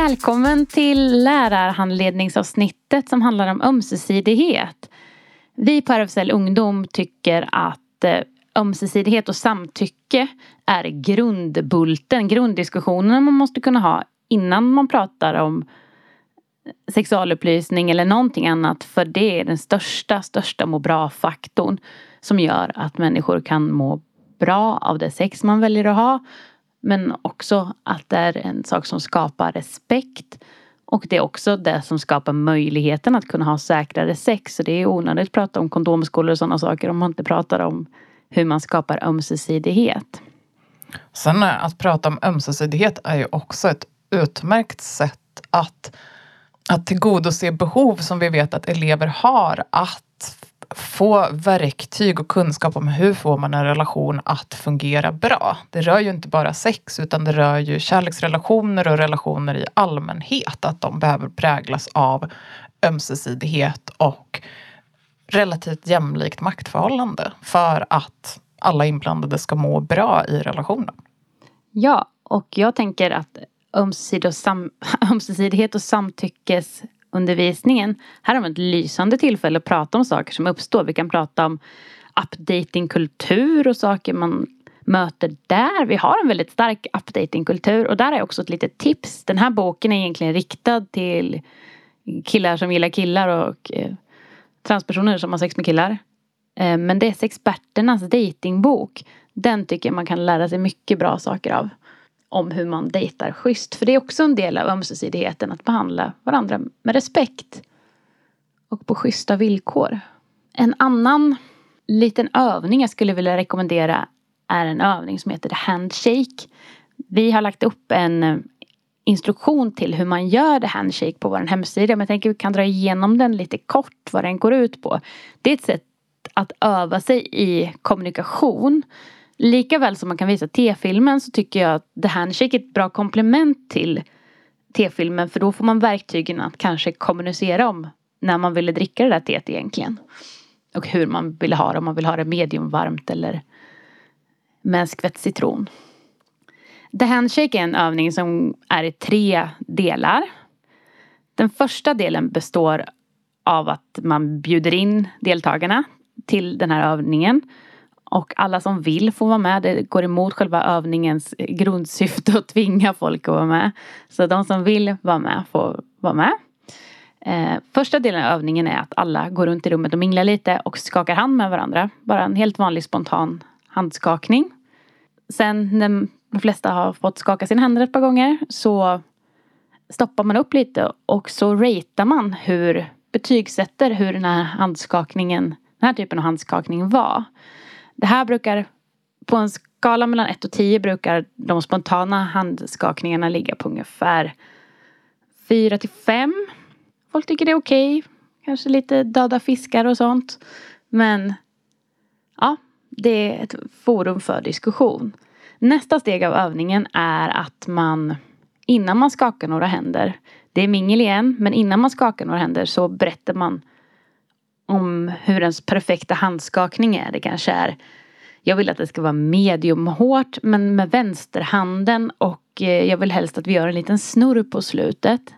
Välkommen till lärarhandledningsavsnittet som handlar om ömsesidighet. Vi på RFSL Ungdom tycker att ömsesidighet och samtycke är grunddiskussionen man måste kunna ha innan man pratar om sexualupplysning eller någonting annat. För det är den största må bra-faktorn som gör att människor kan må bra av det sex man väljer att ha. Men också att det är en sak som skapar respekt. Och det är också det som skapar möjligheten att kunna ha säkrare sex. Så det är onödigt att prata om kondomskolor och sådana saker om man inte pratar om hur man skapar ömsesidighet. Sen att prata om ömsesidighet är ju också ett utmärkt sätt att tillgodose behov som vi vet att elever har. Att få verktyg och kunskap om hur får man en relation att fungera bra. Det rör ju inte bara sex utan det rör ju kärleksrelationer och relationer i allmänhet. Att de behöver präglas av ömsesidighet och relativt jämlikt maktförhållande för att alla inblandade ska må bra i relationen. Ja, och jag tänker att ömsesidighet och samtyckesundervisningen, här har vi ett lysande tillfälle att prata om saker som uppstår. Vi kan prata om updatingkultur och saker man möter där. Vi har en väldigt stark updatingkultur och där är också ett litet tips. Den här boken är egentligen riktad till killar som gillar killar och transpersoner som har sex med killar. Men det är Sexperternas datingbok. Den tycker jag man kan lära sig mycket bra saker av. Om hur man dejtar schysst. För det är också en del av ömsesidigheten att behandla varandra med respekt. Och på schyssta villkor. En annan liten övning jag skulle vilja rekommendera är en övning som heter The Handshake. Vi har lagt upp en instruktion till hur man gör The Handshake på vår hemsida. Men jag tänker att vi kan dra igenom den lite kort vad den går ut på. Det är ett sätt att öva sig i kommunikation. Likaväl som man kan visa T-filmen så tycker jag att The Handshake är ett bra komplement till T-filmen. För då får man verktygen att kanske kommunicera om när man ville dricka det där teet egentligen. Och hur man vill ha det. Om man vill ha det mediumvarmt eller med en skvätt citron. The Handshake är en övning som är i 3 delar. Den första delen består av att man bjuder in deltagarna till den här övningen. Och alla som vill får vara med. Det går emot själva övningens grundsyfte att tvinga folk att vara med. Så de som vill vara med får vara med. Första delen av övningen är att alla går runt i rummet och minglar lite och skakar hand med varandra. Bara en helt vanlig spontan handskakning. Sen när de flesta har fått skaka sina händer ett par gånger så stoppar man upp lite och så ratear man betygsätter hur den här typen av handskakning var. Det här brukar, på en skala mellan 1 och 10 brukar de spontana handskakningarna ligga på ungefär 4 till 5. Folk tycker det är okej. Kanske lite döda fiskar och sånt. Men ja, det är ett forum för diskussion. Nästa steg av övningen är att innan man skakar några händer. Det är mingel igen, men innan man skakar några händer så berättar man om hur ens perfekta handskakning är. Det kanske är, jag vill att det ska vara mediumhårt men med vänsterhanden och jag vill helst att vi gör en liten snurr på slutet.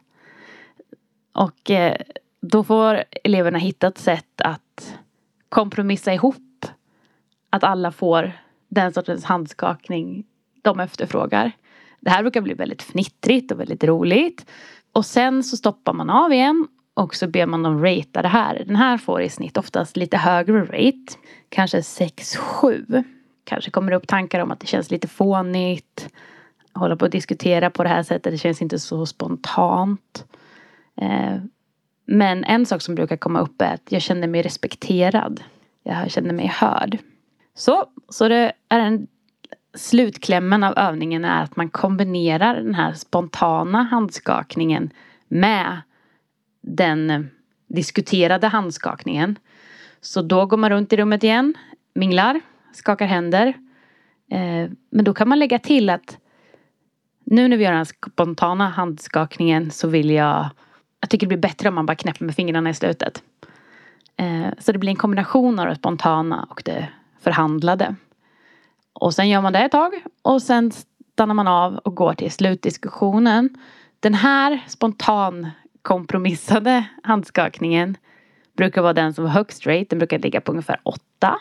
Och då får eleverna hitta ett sätt att kompromissa ihop att alla får den sortens handskakning de efterfrågar. Det här brukar bli väldigt fnittrigt och väldigt roligt. Och sen så stoppar man av igen. Och så ber man dem ratea det här. Den här får i snitt oftast lite högre rate. Kanske 6-7. Kanske kommer det upp tankar om att det känns lite fånigt. Hålla på att diskutera på det här sättet. Det känns inte så spontant. Men en sak som brukar komma upp är att jag känner mig respekterad. Jag känner mig hörd. Så det är en slutklämmen av övningen är att man kombinerar den här spontana handskakningen med den diskuterade handskakningen. Så då går man runt i rummet igen, minglar, skakar händer. Men då kan man lägga till att nu när vi gör den spontana handskakningen så vill jag tycker det blir bättre om man bara knäpper med fingrarna i slutet. Så det blir en kombination av det spontana och det förhandlade. Och sen gör man det ett tag och sen stannar man av och går till slutdiskussionen. Den här spontan kompromissade handskakningen brukar vara den som var högst rate. Den brukar ligga på ungefär 8.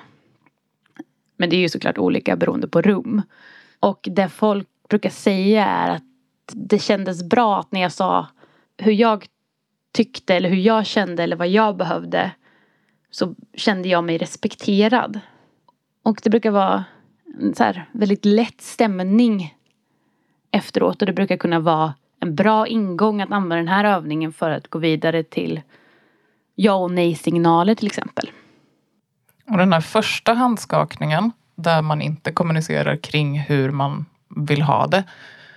Men det är ju såklart olika beroende på rum. Och det folk brukar säga är att det kändes bra att när jag sa hur jag tyckte eller hur jag kände eller vad jag behövde, så kände jag mig respekterad. Och det brukar vara en så här väldigt lätt stämning efteråt. Och det brukar kunna vara en bra ingång att använda den här övningen för att gå vidare till ja och nej signaler till exempel. Och den här första handskakningen där man inte kommunicerar kring hur man vill ha det.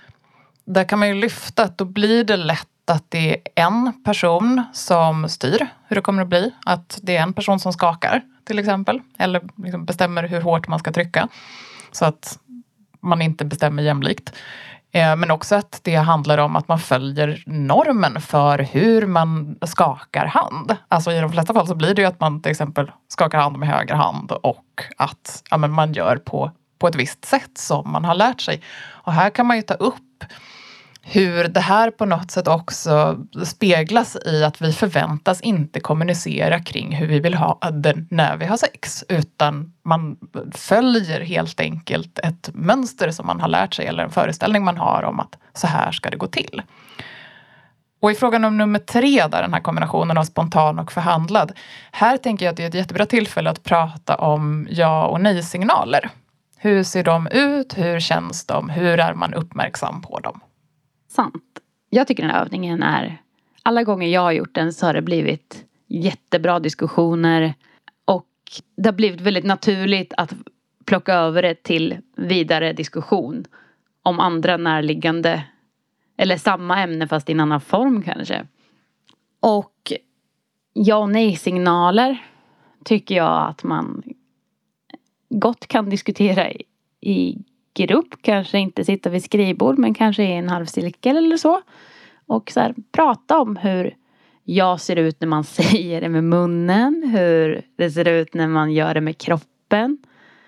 Där kan man ju lyfta att då blir det lätt att det är en person som styr hur det kommer att bli. Att det är en person som skakar till exempel. Eller liksom bestämmer hur hårt man ska trycka. Så att man inte bestämmer jämlikt. Men också att det handlar om att man följer normen för hur man skakar hand. Alltså i de flesta fall så blir det ju att man till exempel skakar hand med höger hand. Och att man gör på ett visst sätt som man har lärt sig. Och här kan man ju ta upp hur det här på något sätt också speglas i att vi förväntas inte kommunicera kring hur vi vill ha det när vi har sex. Utan man följer helt enkelt ett mönster som man har lärt sig eller en föreställning man har om att så här ska det gå till. Och i frågan om nummer 3 där den här kombinationen av spontan och förhandlad. Här tänker jag att det är ett jättebra tillfälle att prata om ja och nej signaler. Hur ser de ut? Hur känns de? Hur är man uppmärksam på dem? Sant. Jag tycker den här övningen är, alla gånger jag har gjort den så har det blivit jättebra diskussioner. Och det har blivit väldigt naturligt att plocka över det till vidare diskussion om andra närliggande eller samma ämne fast i en annan form kanske. Och ja och nej signaler tycker jag att man gott kan diskutera i grupp. Kanske inte sitta vid skrivbord men kanske i en halvcirkel eller så. Och så här, prata om hur jag ser ut när man säger det med munnen. Hur det ser ut när man gör det med kroppen.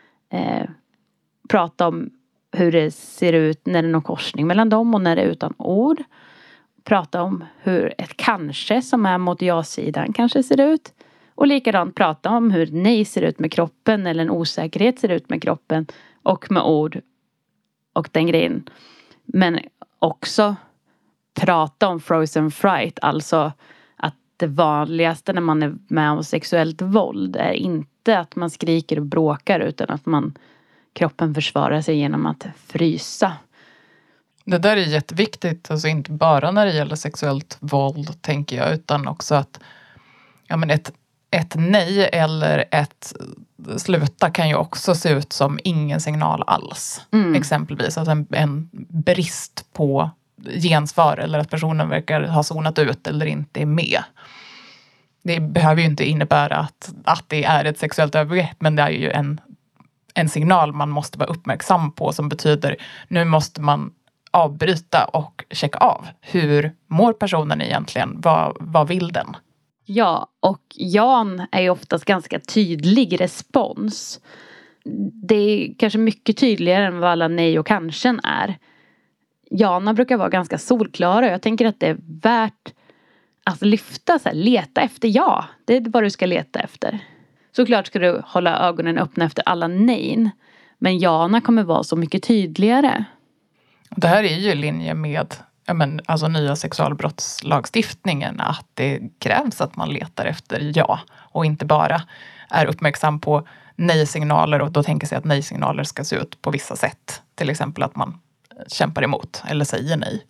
Prata om hur det ser ut när det är någon korsning mellan dem och när det är utan ord. Prata om hur ett kanske som är mot ja-sidan kanske ser ut. Och likadant prata om hur nej ser ut med kroppen eller en osäkerhet ser ut med kroppen och med ord och den grejen. Men också prata om frozen fright, alltså att det vanligaste när man är med om sexuellt våld är inte att man skriker och bråkar utan att kroppen försvarar sig genom att frysa. Det där är jätteviktigt, alltså inte bara när det gäller sexuellt våld tänker jag, utan också att ett nej eller ett sluta kan ju också se ut som ingen signal alls. Exempelvis att en brist på gensvar eller att personen verkar ha zonat ut eller inte är med. Det behöver ju inte innebära att det är ett sexuellt övergrepp, men det är ju en signal man måste vara uppmärksam på som betyder nu måste man avbryta och checka av. Hur mår personen egentligen? Vad vill den? Ja, och Jan är ju oftast ganska tydlig respons. Det är kanske mycket tydligare än vad alla nej och kanske är. Jana brukar vara ganska solklara och jag tänker att det är värt att lyfta så här, leta efter ja. Det är vad du ska leta efter. Såklart ska du hålla ögonen öppna efter alla nej. Men Jana kommer vara så mycket tydligare. Det här är ju i linje med alltså nya sexualbrottslagstiftningen, att det krävs att man letar efter ja och inte bara är uppmärksam på nej-signaler och då tänker sig att nej-signaler ska se ut på vissa sätt. Till exempel att man kämpar emot eller säger nej.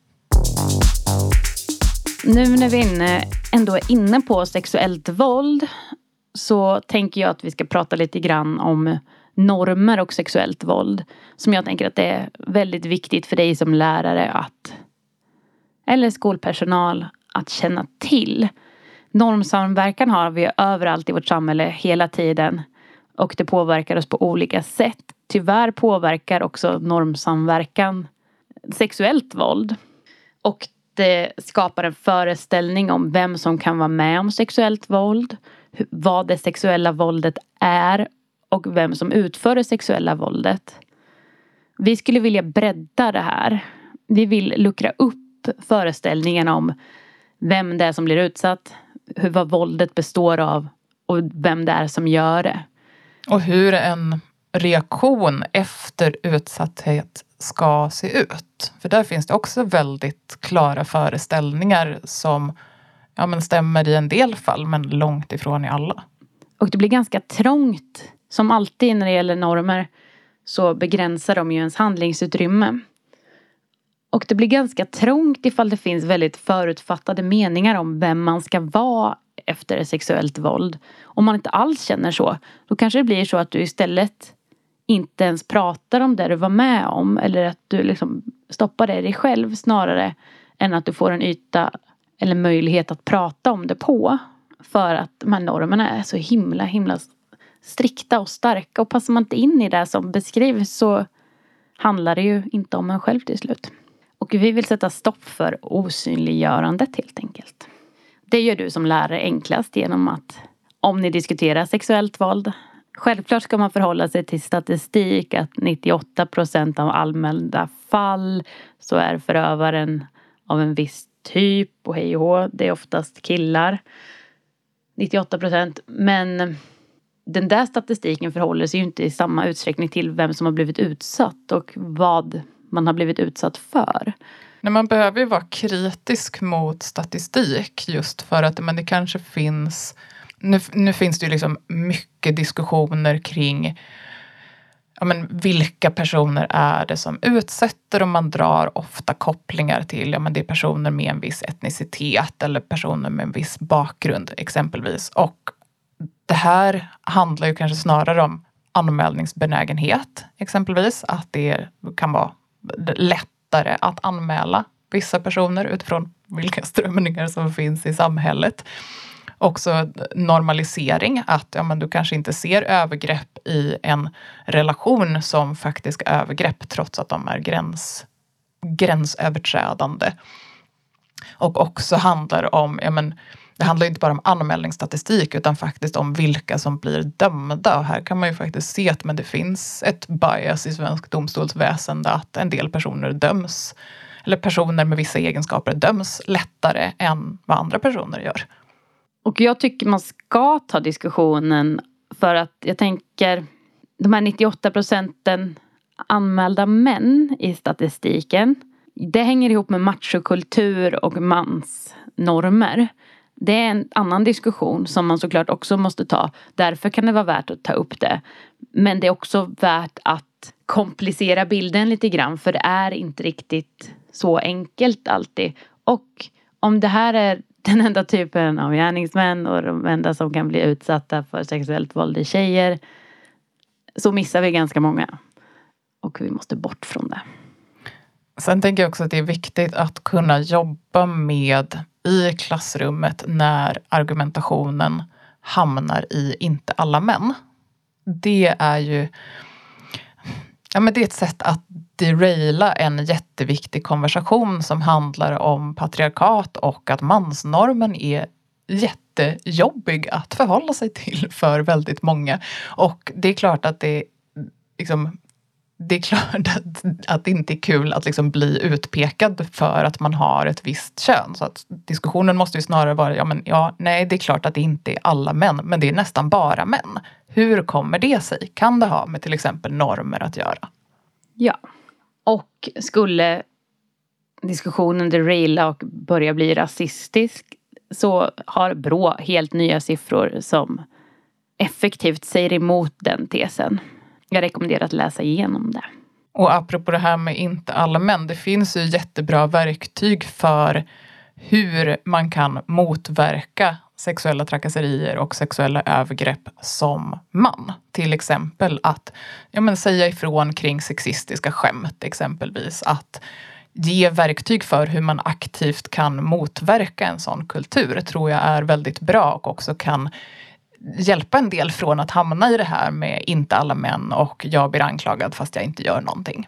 Nu när vi ändå är inne på sexuellt våld så tänker jag att vi ska prata lite grann om normer och sexuellt våld. Som jag tänker att det är väldigt viktigt för dig som lärare eller skolpersonal att känna till. Normsamverkan har vi överallt i vårt samhälle hela tiden. Och det påverkar oss på olika sätt. Tyvärr påverkar också normsamverkan sexuellt våld. Och det skapar en föreställning om vem som kan vara med om sexuellt våld. Vad det sexuella våldet är. Och vem som utför det sexuella våldet. Vi skulle vilja bredda det här. Vi vill luckra upp upp föreställningen om vem det är som blir utsatt, vad våldet består av och vem det är som gör det. Och hur en reaktion efter utsatthet ska se ut. För där finns det också väldigt klara föreställningar som stämmer i en del fall men långt ifrån i alla. Och det blir ganska trångt. Som alltid när det gäller normer så begränsar de ju ens handlingsutrymme. Och det blir ganska trångt ifall det finns väldigt förutfattade meningar om vem man ska vara efter sexuellt våld. Om man inte alls känner så, då kanske det blir så att du istället inte ens pratar om det du var med om. Eller att du liksom stoppar det i dig själv snarare än att du får en yta eller möjlighet att prata om det på. För att de här normerna är så himla strikta och starka. Och passar man inte in i det som beskrivs så handlar det ju inte om en själv till slut. Och vi vill sätta stopp för osynliggörandet helt enkelt. Det gör du som lärare enklast genom att om ni diskuterar sexuellt våld. Självklart ska man förhålla sig till statistik att 98% av anmälda fall så är förövaren av en viss typ och hej och hå. Det är oftast killar. 98%. Men den där statistiken förhåller sig ju inte i samma utsträckning till vem som har blivit utsatt och vad man har blivit utsatt för. Nej, man behöver ju vara kritisk mot statistik just för att det kanske finns... Nu finns det ju liksom mycket diskussioner kring vilka personer är det som utsätter och man drar ofta kopplingar till det är personer med en viss etnicitet eller personer med en viss bakgrund exempelvis. Och det här handlar ju kanske snarare om anmälningsbenägenhet exempelvis. Att det kan vara lättare att anmäla vissa personer utifrån vilka strömningar som finns i samhället. Också normalisering, att du kanske inte ser övergrepp i en relation som faktiska övergrepp trots att de är gränsöverträdande. Och också handlar om, det handlar inte bara om anmälningsstatistik utan faktiskt om vilka som blir dömda. Och här kan man ju faktiskt se att det finns ett bias i svensk domstolsväsende att en del personer döms, eller personer med vissa egenskaper döms lättare än vad andra personer gör. Och jag tycker man ska ta diskussionen för att jag tänker de här 98% anmälda män i statistiken. Det hänger ihop med machokultur och mansnormer. Det är en annan diskussion som man såklart också måste ta. Därför kan det vara värt att ta upp det. Men det är också värt att komplicera bilden lite grann. För det är inte riktigt så enkelt alltid. Och om det här är den enda typen av gärningsmän och de enda som kan bli utsatta för sexuellt våld i tjejer, så missar vi ganska många. Och vi måste bort från det. Sen tänker jag också att det är viktigt att kunna jobba med i klassrummet när argumentationen hamnar i inte alla män. Det är ju det är ett sätt att deraila en jätteviktig konversation som handlar om patriarkat och att mansnormen är jättejobbig att förhålla sig till för väldigt många. Och det är klart att det är klart att det inte är kul att bli utpekad för att man har ett visst kön. Så att diskussionen måste ju snarare vara, nej det är klart att det inte är alla män, men det är nästan bara män. Hur kommer det sig? Kan det ha med till exempel normer att göra? Ja, och skulle diskussionen deraila och börja bli rasistisk så har Brå helt nya siffror som effektivt säger emot den tesen. Jag rekommenderar att läsa igenom det. Och apropå det här med inte alla män, det finns ju jättebra verktyg för hur man kan motverka sexuella trakasserier och sexuella övergrepp som man. Till exempel att säga ifrån kring sexistiska skämt exempelvis. Att ge verktyg för hur man aktivt kan motverka en sån kultur tror jag är väldigt bra och också kan hjälpa en del från att hamna i det här med inte alla män och jag blir anklagad fast jag inte gör någonting.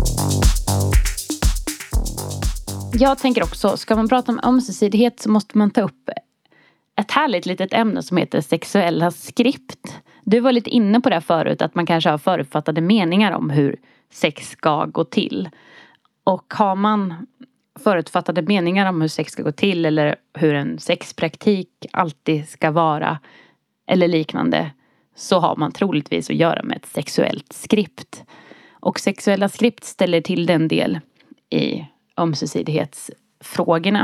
Jag tänker också, ska man prata om ömsesidighet så måste man ta upp ett härligt litet ämne som heter sexuella skript. Du var lite inne på det förut, att man kanske har förutfattade meningar om hur sex ska gå till. Och har man förutfattade meningar om hur sex ska gå till eller hur en sexpraktik alltid ska vara eller liknande, så har man troligtvis att göra med ett sexuellt skript. Och sexuella skript ställer till den del i ömsesidighetsfrågorna.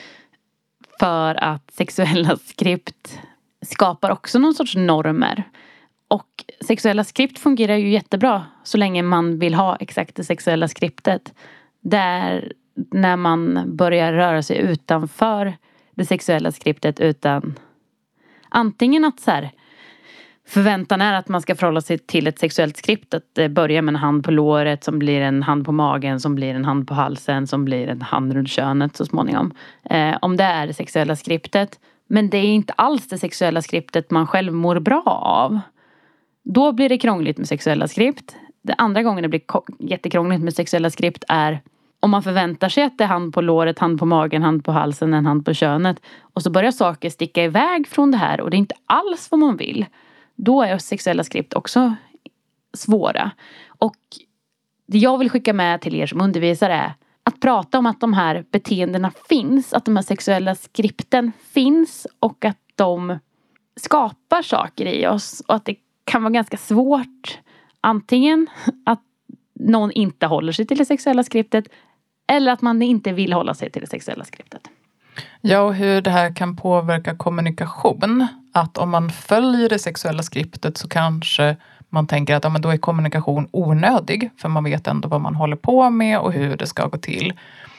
För att sexuella skript skapar också någon sorts normer. Och sexuella skript fungerar ju jättebra så länge man vill ha exakt det sexuella skriptet. Där när man börjar röra sig utanför det sexuella skriptet, utan antingen att så här, förväntan är att man ska förhålla sig till ett sexuellt skript. Att det börjar med en hand på låret som blir en hand på magen, som blir en hand på halsen, som blir en hand runt könet så småningom. Om det är det sexuella skriptet. Men det är inte alls det sexuella skriptet man själv mår bra av. Då blir det krångligt med sexuella skript. Det andra gången det blir jättekrångligt med sexuella skript är om man förväntar sig att det är hand på låret, hand på magen, hand på halsen, en hand på könet. Och så börjar saker sticka iväg från det här och det är inte alls vad man vill. Då är sexuella skript också svåra. Och det jag vill skicka med till er som undervisare är att prata om att de här beteendena finns. Att de här sexuella skripten finns och att de skapar saker i oss. Och att det kan vara ganska svårt antingen att någon inte håller sig till det sexuella skriptet eller att man inte vill hålla sig till det sexuella skriptet. Ja, och hur det här kan påverka kommunikation. Att om man följer det sexuella skriptet så kanske man tänker att ja, men då är kommunikation onödig. För man vet ändå vad man håller på med och hur det ska gå till.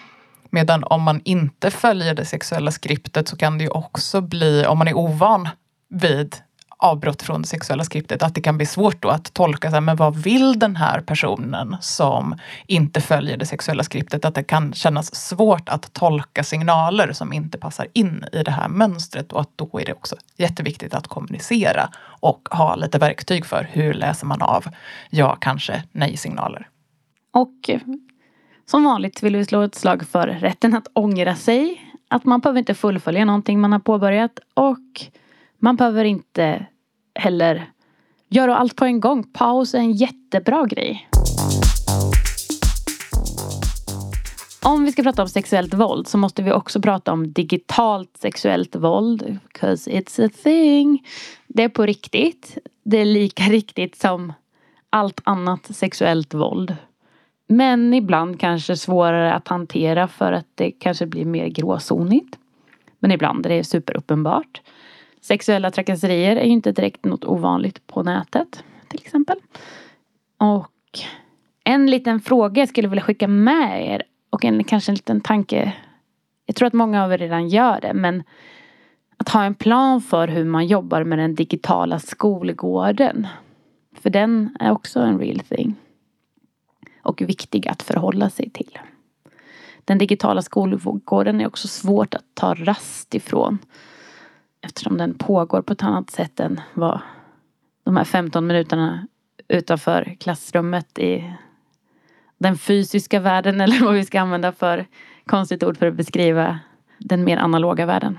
Medan om man inte följer det sexuella skriptet så kan det ju också bli, om man är ovan vid avbrott från det sexuella skriptet, att det kan bli svårt då att tolka så här, men vad vill den här personen som inte följer det sexuella skriptet? Att det kan kännas svårt att tolka signaler som inte passar in i det här mönstret, och att då är det också jätteviktigt att kommunicera och ha lite verktyg för hur läser man av ja, kanske nej-signaler. Och som vanligt vill vi slå ett slag för rätten att ångra sig. Att man behöver inte fullfölja någonting man har påbörjat, och man behöver inte heller göra allt på en gång. Paus är en jättebra grej. Om vi ska prata om sexuellt våld så måste vi också prata om digitalt sexuellt våld. Because it's a thing. Det är på riktigt. Det är lika riktigt som allt annat sexuellt våld. Men ibland kanske svårare att hantera för att det kanske blir mer gråzonigt. Men ibland är det superuppenbart. Sexuella trakasserier är ju inte direkt något ovanligt på nätet, till exempel. Och en liten fråga jag skulle vilja skicka med er, och kanske en liten tanke. Jag tror att många av er redan gör det, men att ha en plan för hur man jobbar med den digitala skolgården. För den är också en real thing. Och viktig att förhålla sig till. Den digitala skolgården är också svårt att ta rast ifrån. Eftersom den pågår på ett annat sätt än vad de här 15 minuterna utanför klassrummet i den fysiska världen, eller vad vi ska använda för konstigt ord för att beskriva den mer analoga världen.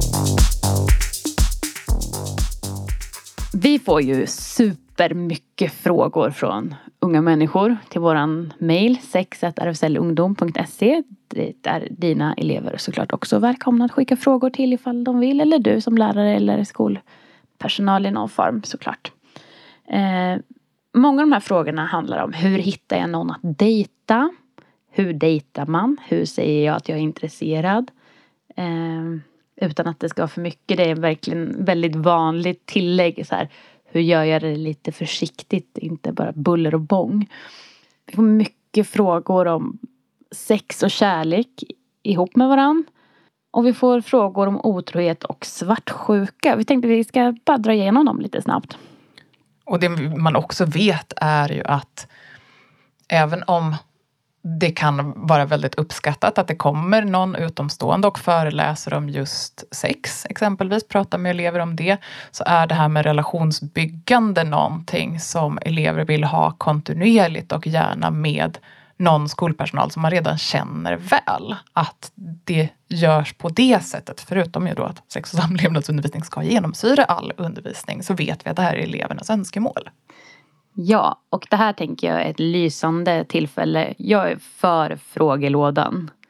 Vi får ju supermycket frågor från unga människor till våran mail sex@rfslungdom.se. Det är dina elever såklart också välkomna att skicka frågor till ifall de vill, eller du som lärare eller skolpersonal i någon form såklart. Många av de här frågorna handlar om hur hittar jag någon att dejta? Hur dejtar man? Hur säger jag att jag är intresserad? Utan att det ska vara för mycket. Det är verkligen väldigt vanligt tillägg så här. Hur gör jag det lite försiktigt? Inte bara buller och bång. Vi får mycket frågor om sex och kärlek ihop med varann. Och vi får frågor om otrohet och svartsjuka. Vi tänkte att vi ska bara dra igenom dem lite snabbt. Och det man också vet är ju att även om det kan vara väldigt uppskattat att det kommer någon utomstående och föreläser om just sex, exempelvis pratar med elever om det, så är det här med relationsbyggande någonting som elever vill ha kontinuerligt och gärna med någon skolpersonal som man redan känner väl. Att det görs på det sättet, förutom ju då att sex- och samlevnadsundervisning ska genomsyra all undervisning, så vet vi att det här är elevernas önskemål. Ja, och det här tänker jag är ett lysande tillfälle. Jag är för frågelådan.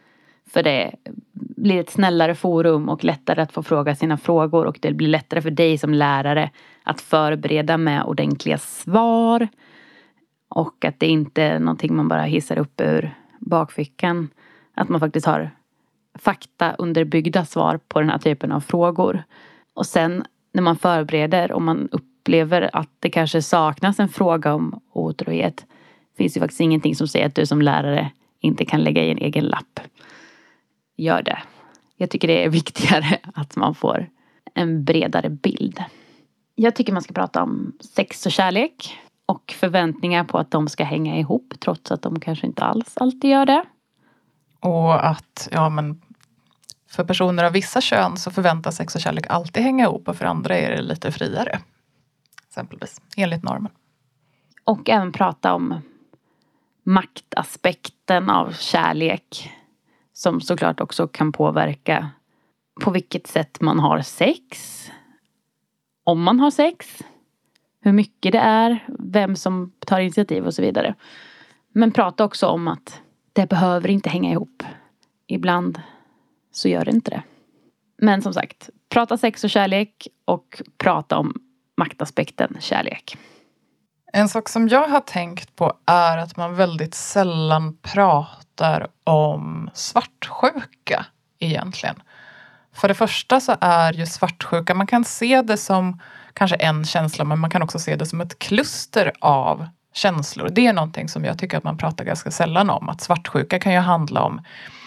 För det blir ett snällare forum och lättare att få fråga sina frågor. Och det blir lättare för dig som lärare att förbereda med ordentliga svar. Och att det inte är någonting man bara hissar upp ur bakfickan. Att man faktiskt har fakta underbyggda svar på den här typen av frågor. Och sen när man förbereder och man upplever att det kanske saknas en fråga om otrohet. Finns ju faktiskt ingenting som säger att du som lärare inte kan lägga i en egen lapp. Gör det. Jag tycker det är viktigare att man får en bredare bild. Jag tycker man ska prata om sex och kärlek. Och förväntningar på att de ska hänga ihop. Trots att de kanske inte alls alltid gör det. Och att, för personer av vissa kön så förväntas sex och kärlek alltid hänga ihop. Och för andra är det lite friare. Exempelvis, enligt normen. Och även prata om maktaspekten av kärlek. Som såklart också kan påverka på vilket sätt man har sex. Om man har sex. Hur mycket det är. Vem som tar initiativ och så vidare. Men prata också om att det behöver inte hänga ihop. Ibland så gör det inte det. Men som sagt, prata sex och kärlek och prata om maktaspekten kärlek. En sak som jag har tänkt på är att man väldigt sällan pratar om svartsjuka egentligen. För det första så är ju svartsjuka, man kan se det som kanske en känsla, men man kan också se det som ett kluster av känslor. Det är någonting som jag tycker att man pratar ganska sällan om. Att svartsjuka kan ju handla om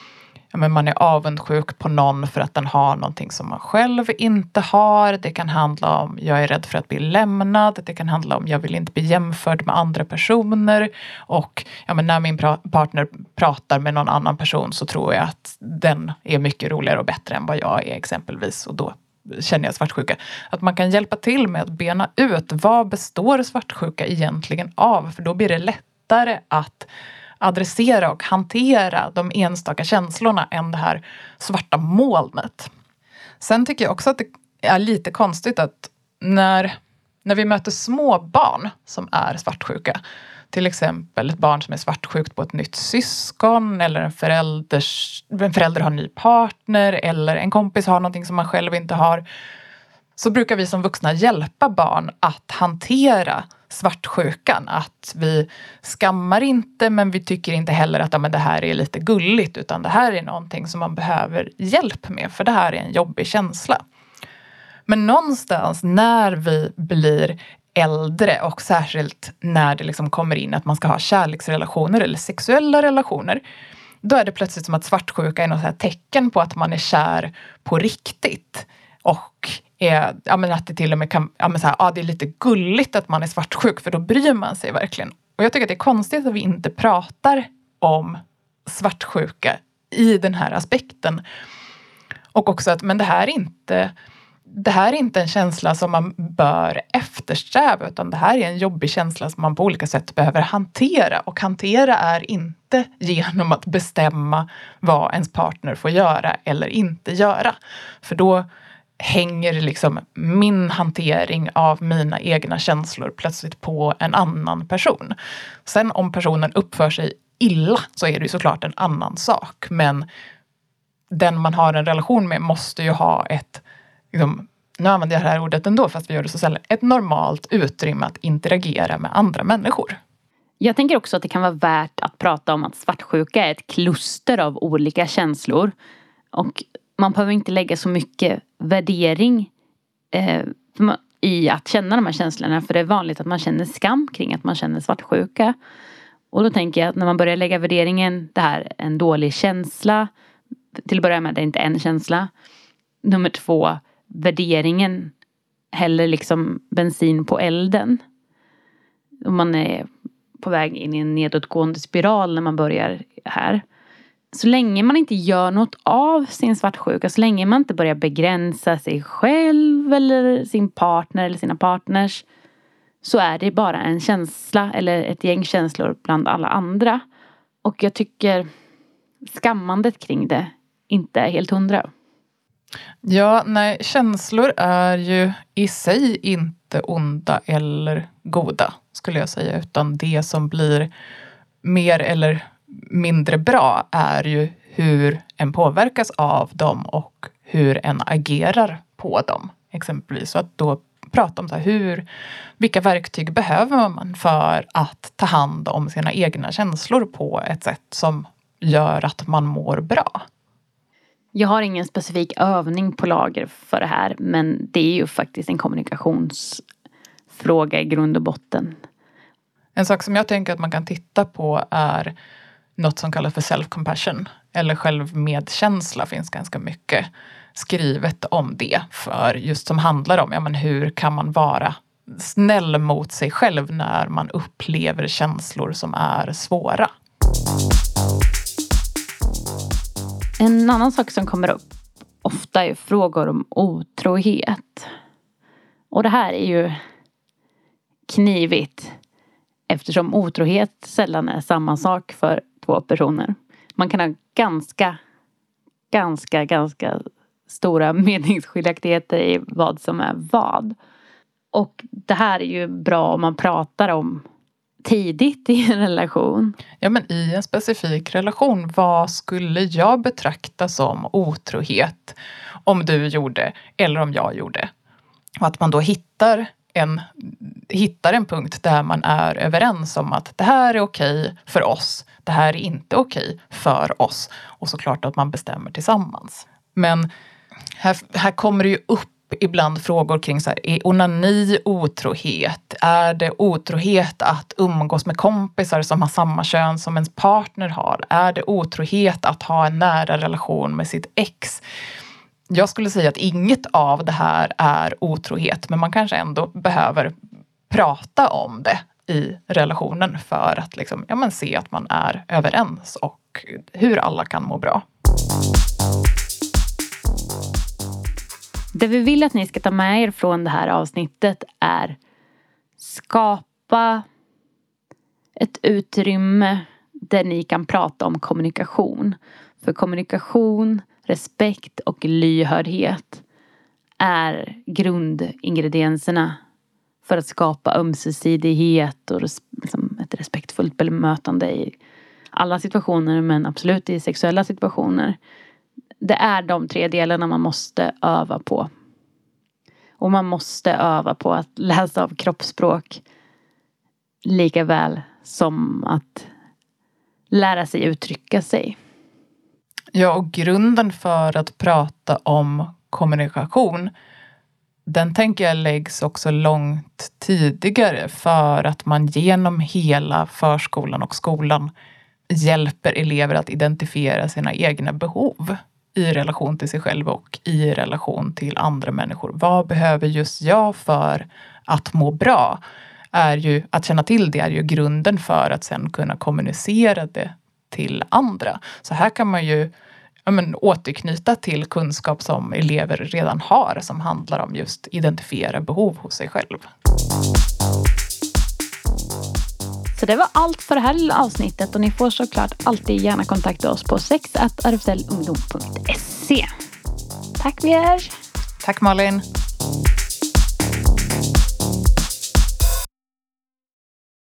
man är avundsjuk på någon för att den har någonting som man själv inte har. Det kan handla om jag är rädd för att bli lämnad. Det kan handla om jag vill inte bli jämförd med andra personer. Och när min partner pratar med någon annan person så tror jag att den är mycket roligare och bättre än vad jag är exempelvis. Och då känner jag svartsjuka. Att man kan hjälpa till med att bena ut vad består svartsjuka egentligen av. För då blir det lättare att adressera och hantera de enstaka känslorna än det här svarta molnet. Sen tycker jag också att det är lite konstigt att när vi möter små barn som är svartsjuka, till exempel ett barn som är svartsjukt på ett nytt syskon eller en förälder har en ny partner eller en kompis har någonting som man själv inte har, så brukar vi som vuxna hjälpa barn att hantera svartsjukan. Att vi skammar inte, men vi tycker inte heller att det här är lite gulligt, utan det här är någonting som man behöver hjälp med, för det här är en jobbig känsla. Men någonstans när vi blir äldre och särskilt när det liksom kommer in att man ska ha kärleksrelationer eller sexuella relationer, då är det plötsligt som att svartsjuka är något här tecken på att man är kär på riktigt. Och att det till och med kan, det är lite gulligt att man är svartsjuk, för då bryr man sig verkligen. Och jag tycker att det är konstigt att vi inte pratar om svartsjuka i den här aspekten. Och också att, men det här är inte en känsla som man bör eftersträva, utan det här är en jobbig känsla som man på olika sätt behöver hantera. Och hantera är inte genom att bestämma vad ens partner får göra eller inte göra. För då hänger liksom min hantering av mina egna känslor plötsligt på en annan person. Sen om personen uppför sig illa så är det ju såklart en annan sak. Men den man har en relation med måste ju ha ett, nu använder jag det här ordet ändå fast vi gör det så sällan, ett normalt utrymme att interagera med andra människor. Jag tänker också att det kan vara värt att prata om att svartsjuka är ett kluster av olika känslor. Och man behöver inte lägga så mycket värdering i att känna de här känslorna. För det är vanligt att man känner skam kring att man känner svartsjuka. Och då tänker jag att när man börjar lägga värderingen, det här är en dålig känsla. Till att börja med, det är inte en känsla. Nummer 2, värderingen häller liksom bensin på elden. Och man är på väg in i en nedåtgående spiral när man börjar här. Så länge man inte gör något av sin svartsjuka, så länge man inte börjar begränsa sig själv eller sin partner eller sina partners, så är det bara en känsla eller ett gäng känslor bland alla andra. Och jag tycker skammandet kring det inte är helt 100. Ja, nej, känslor är ju i sig inte onda eller goda, skulle jag säga. Utan det som blir mer eller mindre bra är ju hur en påverkas av dem och hur en agerar på dem. Exempelvis så att då prata om så här, vilka verktyg behöver man för att ta hand om sina egna känslor på ett sätt som gör att man mår bra. Jag har ingen specifik övning på lager för det här, men det är ju faktiskt en kommunikationsfråga i grund och botten. En sak som jag tänker att man kan titta på är något som kallas för self-compassion eller självmedkänsla. Finns ganska mycket skrivet om det, för just som handlar om hur kan man vara snäll mot sig själv när man upplever känslor som är svåra. En annan sak som kommer upp ofta är frågor om otrohet. Och det här är ju knivigt eftersom otrohet sällan är samma sak för två personer. Man kan ha ganska stora meningsskiljaktigheter i vad som är vad. Och det här är ju bra om man pratar om tidigt i en relation. Ja, men i en specifik relation, vad skulle jag betrakta som otrohet om du gjorde eller om jag gjorde? Och att man då hittar en punkt där man är överens om att det här är okej för oss, det här är inte okej för oss. Och såklart att man bestämmer tillsammans. Men här kommer det ju upp ibland frågor kring så här, är onani otrohet? Är det otrohet att umgås med kompisar som har samma kön som ens partner har? Är det otrohet att ha en nära relation med sitt ex? Jag skulle säga att inget av det här är otrohet, men man kanske ändå behöver prata om det i relationen för att se att man är överens och hur alla kan må bra. Det vi vill att ni ska ta med er från det här avsnittet är skapa ett utrymme där ni kan prata om kommunikation. För kommunikation, respekt och lyhördhet är grundingredienserna för att skapa ömsesidighet och ett respektfullt bemötande i alla situationer, men absolut i sexuella situationer. Det är de 3 delarna man måste öva på. Och man måste öva på att läsa av kroppsspråk lika väl som att lära sig uttrycka sig. Ja, och grunden för att prata om kommunikation, den tänker jag läggs också långt tidigare, för att man genom hela förskolan och skolan hjälper elever att identifiera sina egna behov i relation till sig själv och i relation till andra människor. Vad behöver just jag för att må bra? Att känna till det är ju grunden för att sen kunna kommunicera det till andra. Så här kan man ju återknyta till kunskap som elever redan har, som handlar om just identifiera behov hos sig själv. Så det var allt för det här avsnittet, och ni får såklart alltid gärna kontakta oss på sex@rfslungdom.se. Tack Vier! Tack Malin!